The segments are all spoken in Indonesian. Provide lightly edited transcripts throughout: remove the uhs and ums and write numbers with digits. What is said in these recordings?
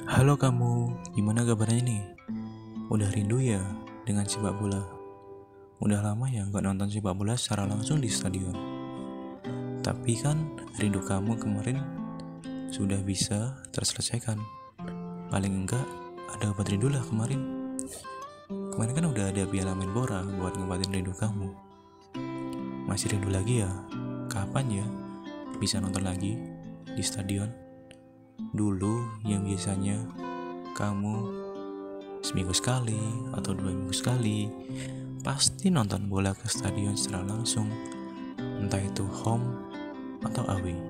Halo kamu, gimana kabarnya nih? Udah rindu ya dengan sepak bola? Udah lama ya nggak nonton sepak bola secara langsung di stadion. Tapi kan rindu kamu kemarin sudah bisa terselesaikan. Paling enggak ada obat rindu lah kemarin. Kemarin kan udah ada Piala Menpora buat ngobatin rindu kamu. Masih rindu lagi ya? Kapan ya bisa nonton lagi di stadion? Dulu yang biasanya kamu seminggu sekali atau 2 minggu sekali pasti nonton bola ke stadion secara langsung, entah itu home atau away.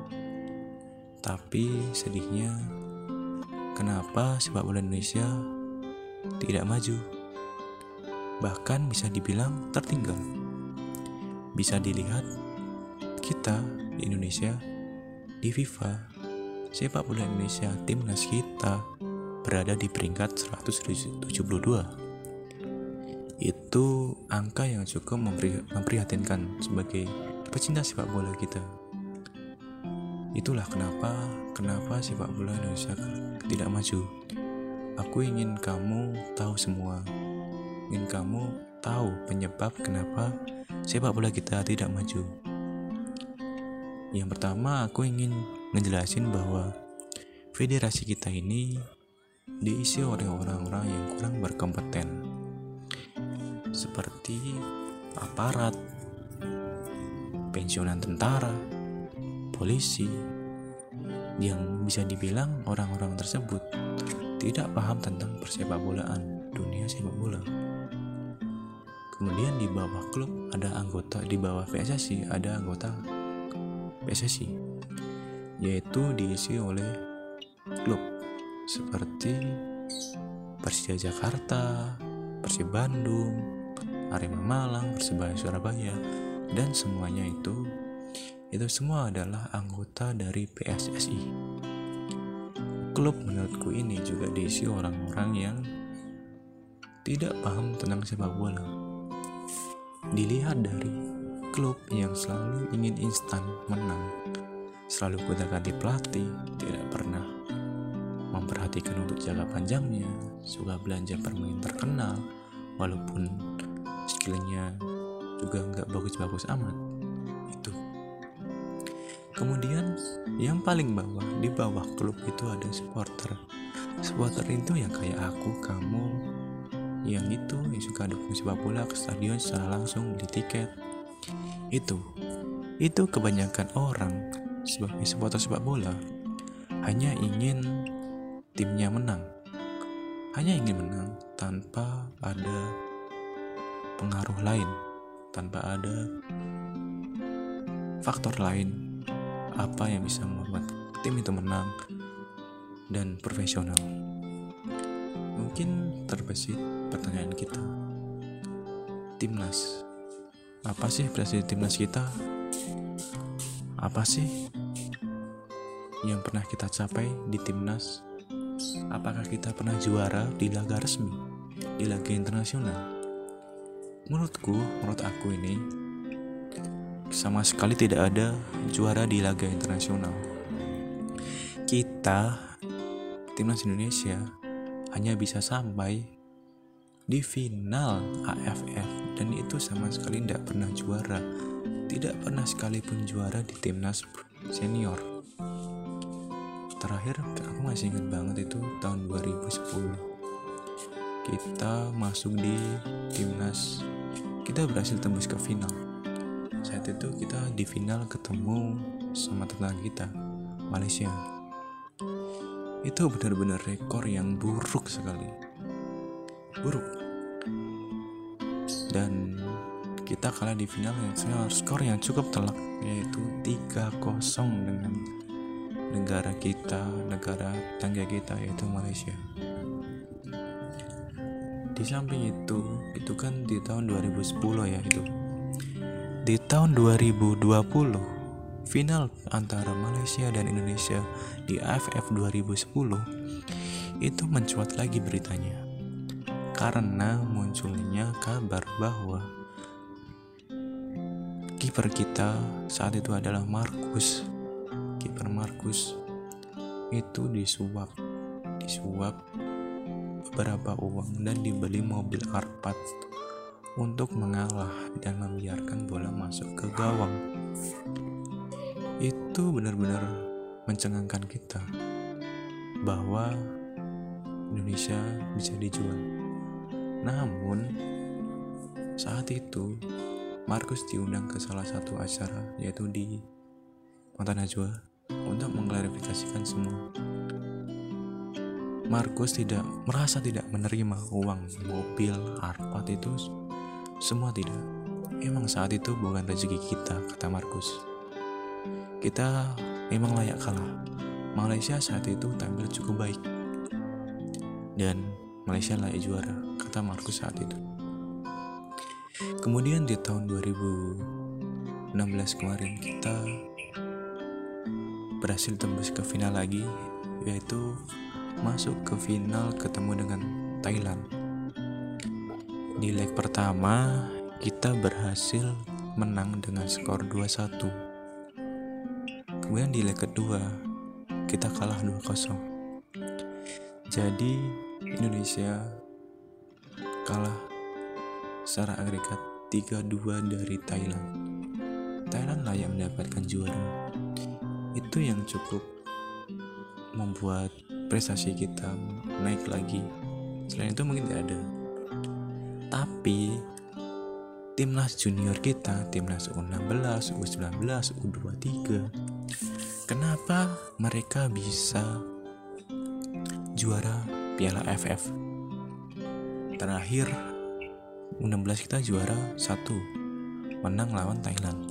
Tapi sedihnya, kenapa sepak bola Indonesia tidak maju? Bahkan bisa dibilang tertinggal. Bisa dilihat kita di Indonesia, di FIFA, sepak bola Indonesia timnas kita berada di peringkat 172. Itu angka yang cukup memprihatinkan sebagai pecinta sepak bola kita. Itulah kenapa sepak bola Indonesia tidak maju. Aku ingin kamu tahu semua. Ingin kamu tahu penyebab kenapa sepak bola kita tidak maju. Yang pertama, aku ingin ngejelasin bahwa federasi kita ini diisi oleh orang-orang yang kurang berkompeten, seperti aparat, pensiunan tentara, polisi, yang bisa dibilang orang-orang tersebut tidak paham tentang persepak bolaan, dunia sepak bola. Kemudian di bawah klub ada anggota, di bawah PSSI ada anggota PSSI, yaitu diisi oleh klub seperti Persija Jakarta, Persib Bandung, Arema Malang, Persebaya Surabaya, dan semuanya itu semua adalah anggota dari PSSI. Klub menurutku ini juga diisi orang-orang yang tidak paham tentang sepak bola. Dilihat dari klub yang selalu ingin instan menang, selalu gonta-ganti pelatih, tidak pernah memperhatikan untuk jangka panjangnya, suka belanja pemain terkenal walaupun skillnya juga nggak bagus-bagus amat. Itu. Kemudian yang paling bawah, di bawah klub itu ada supporter. Supporter itu yang kayak aku, kamu, yang suka dukung sepak bola ke stadion secara langsung, beli tiket. Itu kebanyakan orang sebagai supporter sepak bola hanya ingin timnya menang, hanya ingin menang tanpa ada pengaruh lain, tanpa ada faktor lain apa yang bisa membuat tim itu menang dan profesional. Mungkin terbesit pertanyaan kita, timnas, apa sih prestasi timnas kita? Apa sih yang pernah kita capai di timnas? Apakah kita pernah juara di laga resmi, di laga internasional? Menurut aku ini sama sekali tidak ada juara di laga internasional. Kita, timnas Indonesia, hanya bisa sampai di final AFF, dan itu sama sekali tidak pernah juara. Tidak pernah sekalipun juara di timnas senior. Terakhir aku masih ingat banget itu tahun 2010. Kita masuk di timnas, kita berhasil tembus ke final. Saat itu kita di final ketemu sama tetangga kita, Malaysia. Itu benar-benar rekor yang buruk sekali. Buruk. Dan kita kalah di final dengan skor yang cukup telak, yaitu 3-0 dengan negara tetangga kita, yaitu Malaysia. Di samping itu kan di tahun 2010 ya itu. Di tahun 2020, final antara Malaysia dan Indonesia di AFF 2010 itu mencuat lagi beritanya, karena munculnya kabar bahwa kiper kita saat itu adalah Marcus. Kiper Marcus itu disuap disuap beberapa uang dan dibeli mobil Alphard untuk mengalah dan membiarkan bola masuk ke gawang. Itu benar-benar mencengangkan kita bahwa Indonesia bisa dijual. Namun saat itu Markus diundang ke salah satu acara, yaitu di Mata Najwa, untuk mengklarifikasikan semua. Markus merasa tidak menerima uang mobil Alphard itu semua, tidak. Emang saat itu bukan rezeki kita, kata Markus. Kita memang layak kalah. Malaysia saat itu tampil cukup baik dan Malaysia layak juara, kata Markus saat itu. Kemudian di tahun 2016 kemarin kita berhasil tembus ke final lagi, yaitu masuk ke final ketemu dengan Thailand. Di leg pertama kita berhasil menang dengan skor 2-1. Kemudian di leg kedua kita kalah 2-0. Jadi Indonesia kalah secara agregat 3-2 dari Thailand. Thailand layak mendapatkan juara. Itu yang cukup membuat prestasi kita naik lagi. Selain itu mungkin tidak ada. Tapi timnas junior kita, timnas U16, U19, U23, kenapa mereka bisa juara Piala AFF? Terakhir U16 kita juara 1, menang lawan Thailand.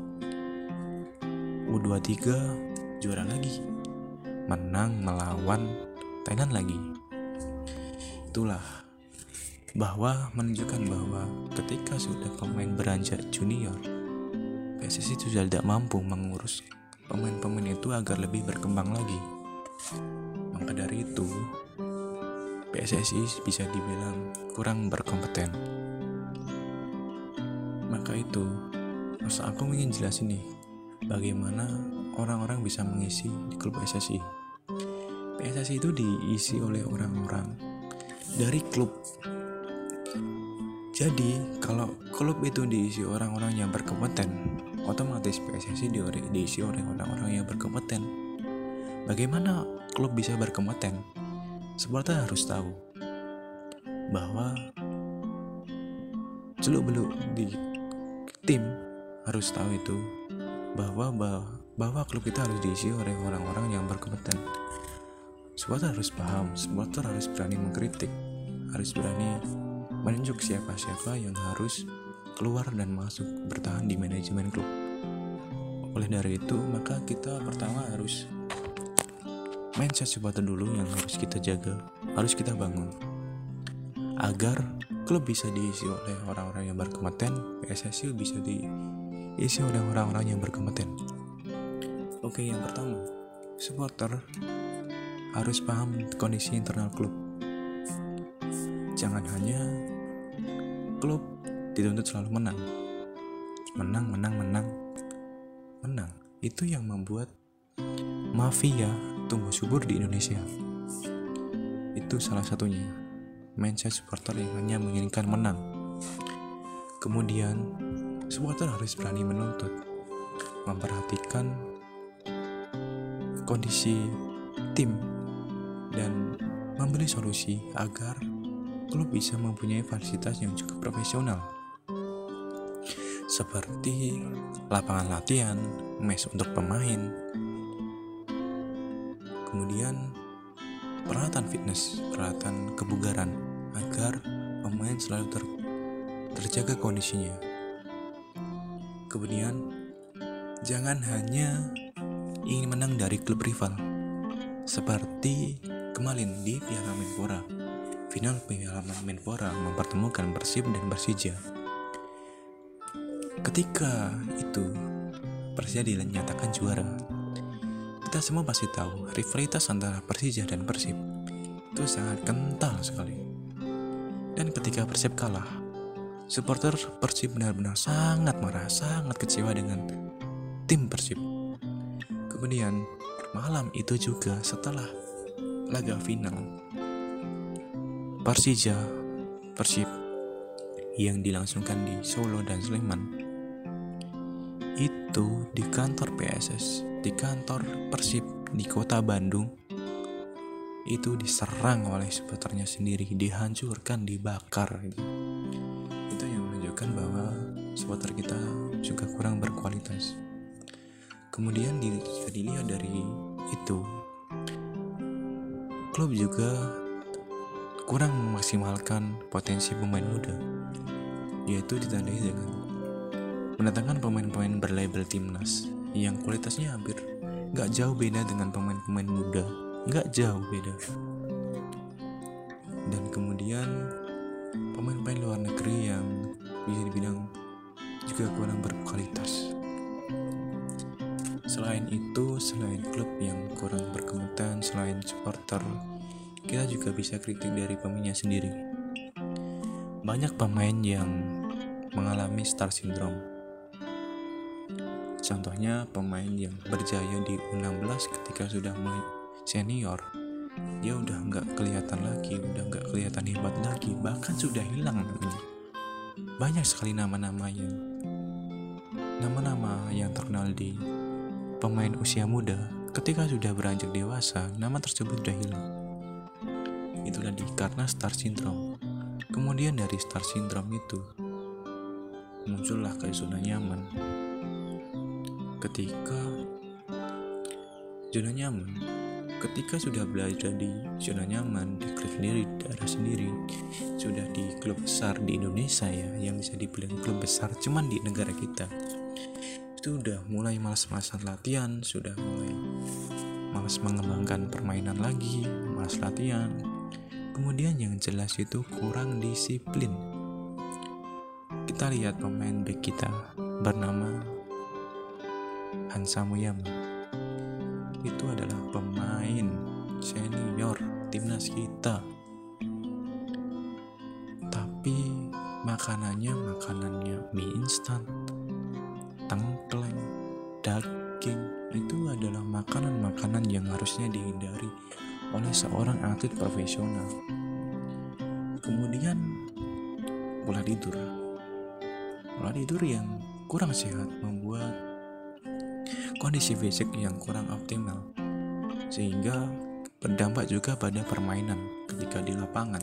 U23 juara lagi, menang melawan Thailand lagi. Itulah bahwa menunjukkan bahwa ketika sudah pemain beranjak junior, PSSI sudah tidak mampu mengurus pemain-pemain itu agar lebih berkembang lagi. Maka dari itu PSSI bisa dibilang kurang berkompeten. Maka itu aku ingin jelasin nih, bagaimana orang-orang bisa mengisi di klub PSSI. PSSI itu diisi oleh orang-orang dari klub. Jadi kalau klub itu diisi orang-orang yang berkompeten, otomatis PSSI diisi oleh orang-orang yang berkompeten. Bagaimana klub bisa berkompeten? Supporter harus tahu bahwa seluk-beluk di tim harus tahu itu bahwa klub kita harus diisi oleh orang-orang yang berkompeten. Supporter harus paham, supporter harus berani mengkritik, harus berani menunjuk siapa-siapa yang harus keluar dan masuk bertahan di manajemen klub. Oleh dari itu, maka kita pertama harus mindset supporter dulu yang harus kita jaga, harus kita bangun agar klub bisa diisi oleh orang-orang yang berkompeten, PSSI bisa diisi oleh orang-orang yang berkompeten. Oke, yang pertama, supporter harus paham kondisi internal klub. Jangan hanya klub dituntut selalu menang. Itu yang membuat mafia tumbuh subur di Indonesia. Itu salah satunya, mindset supporter yang hanya menginginkan menang. Kemudian supporter harus berani menuntut, memperhatikan kondisi tim dan memberi solusi agar klub bisa mempunyai fasilitas yang cukup profesional, seperti lapangan latihan, mes untuk pemain, kemudian peralatan fitness, peralatan kebugaran, agar pemain selalu terjaga kondisinya. Kemudian jangan hanya ingin menang dari klub rival, seperti kemarin di Piala Menpora. Final Piala Menpora mempertemukan Persib dan Persija. Ketika itu Persija dinyatakan juara, kita semua pasti tahu rivalitas antara Persija dan Persib itu sangat kental sekali. Dan ketika Persib kalah, supporter Persib benar-benar sangat marah, sangat kecewa dengan tim Persib. Kemudian malam itu juga setelah laga final, Persija, Persib yang dilangsungkan di Solo dan Sleman itu di kantor PSS, di kantor Persib di kota Bandung itu diserang oleh supporternya sendiri, dihancurkan, dibakar gitu. Itu yang menunjukkan bahwa supporter kita juga kurang berkualitas. Kemudian dilihat dari itu, klub juga kurang memaksimalkan potensi pemain muda, yaitu ditandai dengan mendatangkan pemain-pemain berlabel timnas yang kualitasnya hampir gak jauh beda dengan pemain-pemain muda, gak jauh beda. Dan kemudian pemain-pemain luar negeri yang bisa dibilang juga kurang berkualitas. Selain itu, selain klub yang kurang berkompeten, selain supporter, kita juga bisa kritik dari pemainnya sendiri. Banyak pemain yang mengalami star syndrome. Contohnya pemain yang berjaya di U16 ketika sudah mulai senior, dia udah nggak kelihatan lagi, udah nggak kelihatan hebat lagi, bahkan sudah hilang namanya. Banyak sekali nama-nama yang terkenal di pemain usia muda, ketika sudah beranjak dewasa, nama tersebut sudah hilang. Itulah karena star syndrome. Kemudian dari star syndrome itu muncullah kayak zona nyaman. Ketika sudah belajar di zona nyaman, di klub sendiri, di daerah sendiri, sudah di klub besar di Indonesia ya, yang bisa dibilang klub besar cuman di negara kita, itu udah mulai malas-malasan latihan, sudah mulai malas mengembangkan permainan lagi, malas latihan. Kemudian yang jelas itu kurang disiplin. Kita lihat pemain bek kita bernama Hansa Muyama, itu adalah pemain senior timnas kita, tapi makanannya mie instan, tengkleng, daging. Itu adalah makanan-makanan yang harusnya dihindari oleh seorang atlet profesional. Kemudian pola tidur yang kurang sehat membuat kondisi fisik yang kurang optimal, sehingga berdampak juga pada permainan ketika di lapangan,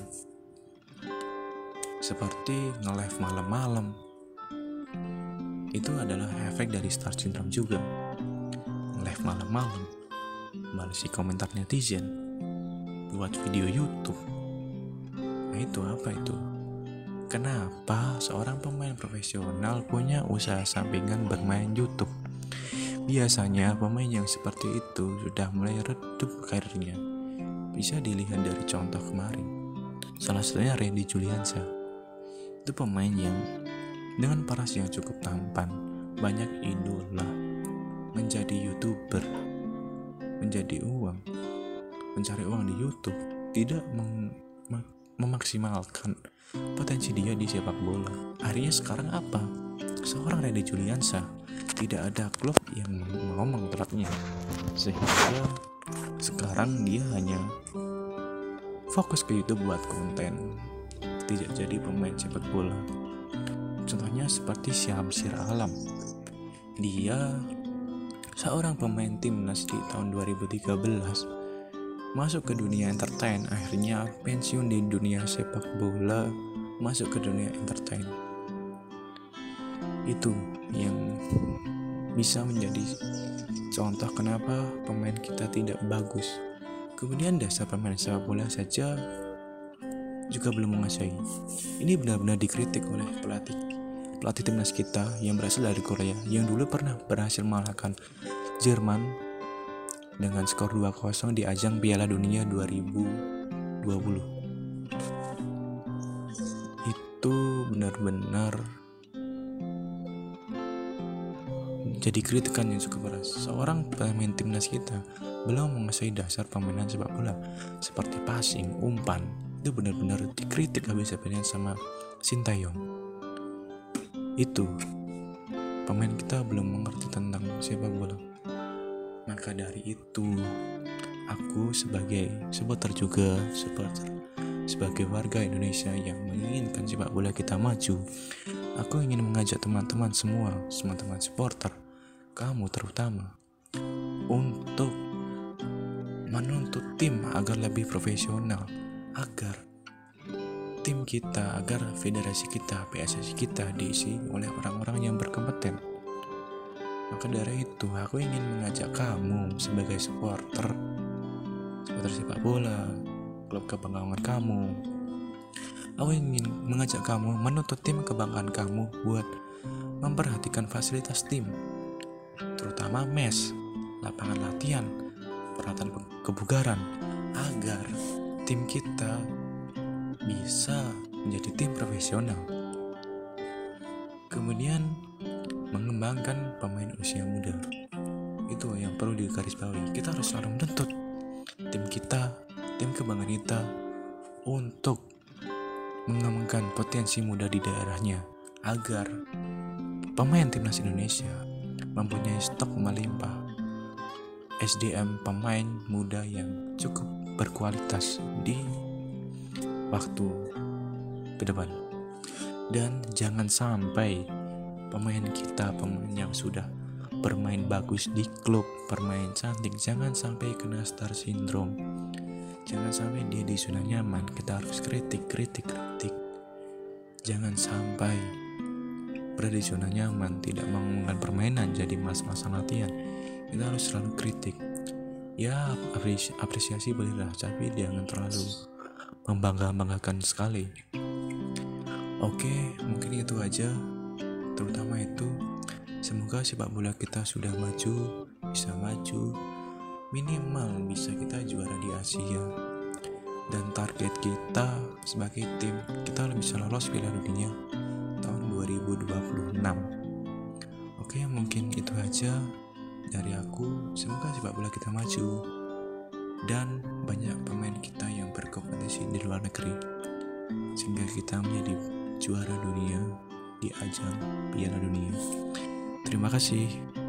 seperti nge-live malam-malam. Itu adalah efek dari star syndrome juga. Nge-live malam-malam, balesi komentar netizen, buat video YouTube. Nah itu apa itu? Kenapa seorang pemain profesional punya usaha sampingan bermain YouTube? Biasanya pemain yang seperti itu sudah mulai redup karirnya. Bisa dilihat dari contoh kemarin, salah satunya Randy Juliansyah. Itu pemain yang dengan paras yang cukup tampan, banyak idola, menjadi YouTuber, mencari uang di YouTube, tidak memaksimalkan potensi dia di sepak bola. Akhirnya sekarang apa? Seorang Randy Juliansyah tidak ada klub yang mau mengontraknya, sehingga sekarang dia hanya fokus ke YouTube buat konten, tidak jadi pemain sepak bola. Contohnya seperti Syamsir Alam, dia seorang pemain timnas di tahun 2013, masuk ke dunia entertain, akhirnya pensiun di dunia sepak bola, masuk ke dunia entertain. Itu yang bisa menjadi contoh kenapa pemain kita tidak bagus. Kemudian dasar pemain sepak bola saja juga belum menguasai. Ini benar-benar dikritik oleh pelatih timnas kita yang berasal dari Korea, yang dulu pernah berhasil mengalahkan Jerman dengan skor 2-0 di ajang Piala Dunia 2020. Itu benar-benar jadi kritikan yang cukup keras. Seorang pemain timnas kita belum menguasai dasar permainan sepak bola seperti passing, umpan. Itu benar-benar dikritik habis-habisan sama Sintayong. Itu pemain kita belum mengerti tentang sepak bola. Maka dari itu, aku sebagai supporter sebagai warga Indonesia yang menginginkan sepak bola kita maju, aku ingin mengajak teman-teman semua, teman-teman supporter, kamu terutama, untuk menuntut tim agar lebih profesional, agar tim kita, agar federasi kita, PSSI kita diisi oleh orang-orang yang berkompeten. Maka dari itu, aku ingin mengajak kamu sebagai supporter sepak bola, klub kebanggaan kamu. Aku ingin mengajak kamu menuntut tim kebanggaan kamu buat memperhatikan fasilitas tim, terutama mes, lapangan latihan, peralatan kebugaran, agar tim kita bisa menjadi tim profesional. Kemudian mengembangkan pemain usia muda. Itu yang perlu digarisbawahi. Kita harus selalu menuntut tim kita, tim kebanggaan kita, untuk mengembangkan potensi muda di daerahnya, agar pemain timnas Indonesia mempunyai stok melimpah SDM pemain muda yang cukup berkualitas di waktu ke depan. Dan jangan sampai pemain kita, pemain yang sudah bermain bagus di klub, bermain cantik, jangan sampai kena star syndrome. Jangan sampai dia di zona nyaman. Kita harus kritik. Jangan sampai berada di zona nyaman, tidak mengembangkan permainan, jadi mas-masan latihan. Kita harus selalu kritik. Ya, apresiasi bolehlah, tapi jangan terlalu membanggakan sekali. Oke, mungkin itu aja. Terutama itu, semoga sepak bola kita sudah maju, bisa maju, minimal bisa kita juara di Asia. Dan target kita sebagai tim, kita bisa lolos Piala Dunia tahun 2026. Oke, mungkin itu aja dari aku. Semoga sepak bola kita maju dan banyak pemain kita yang berkompetisi di luar negeri, sehingga kita menjadi juara dunia di ajang Piala Dunia. Terima kasih.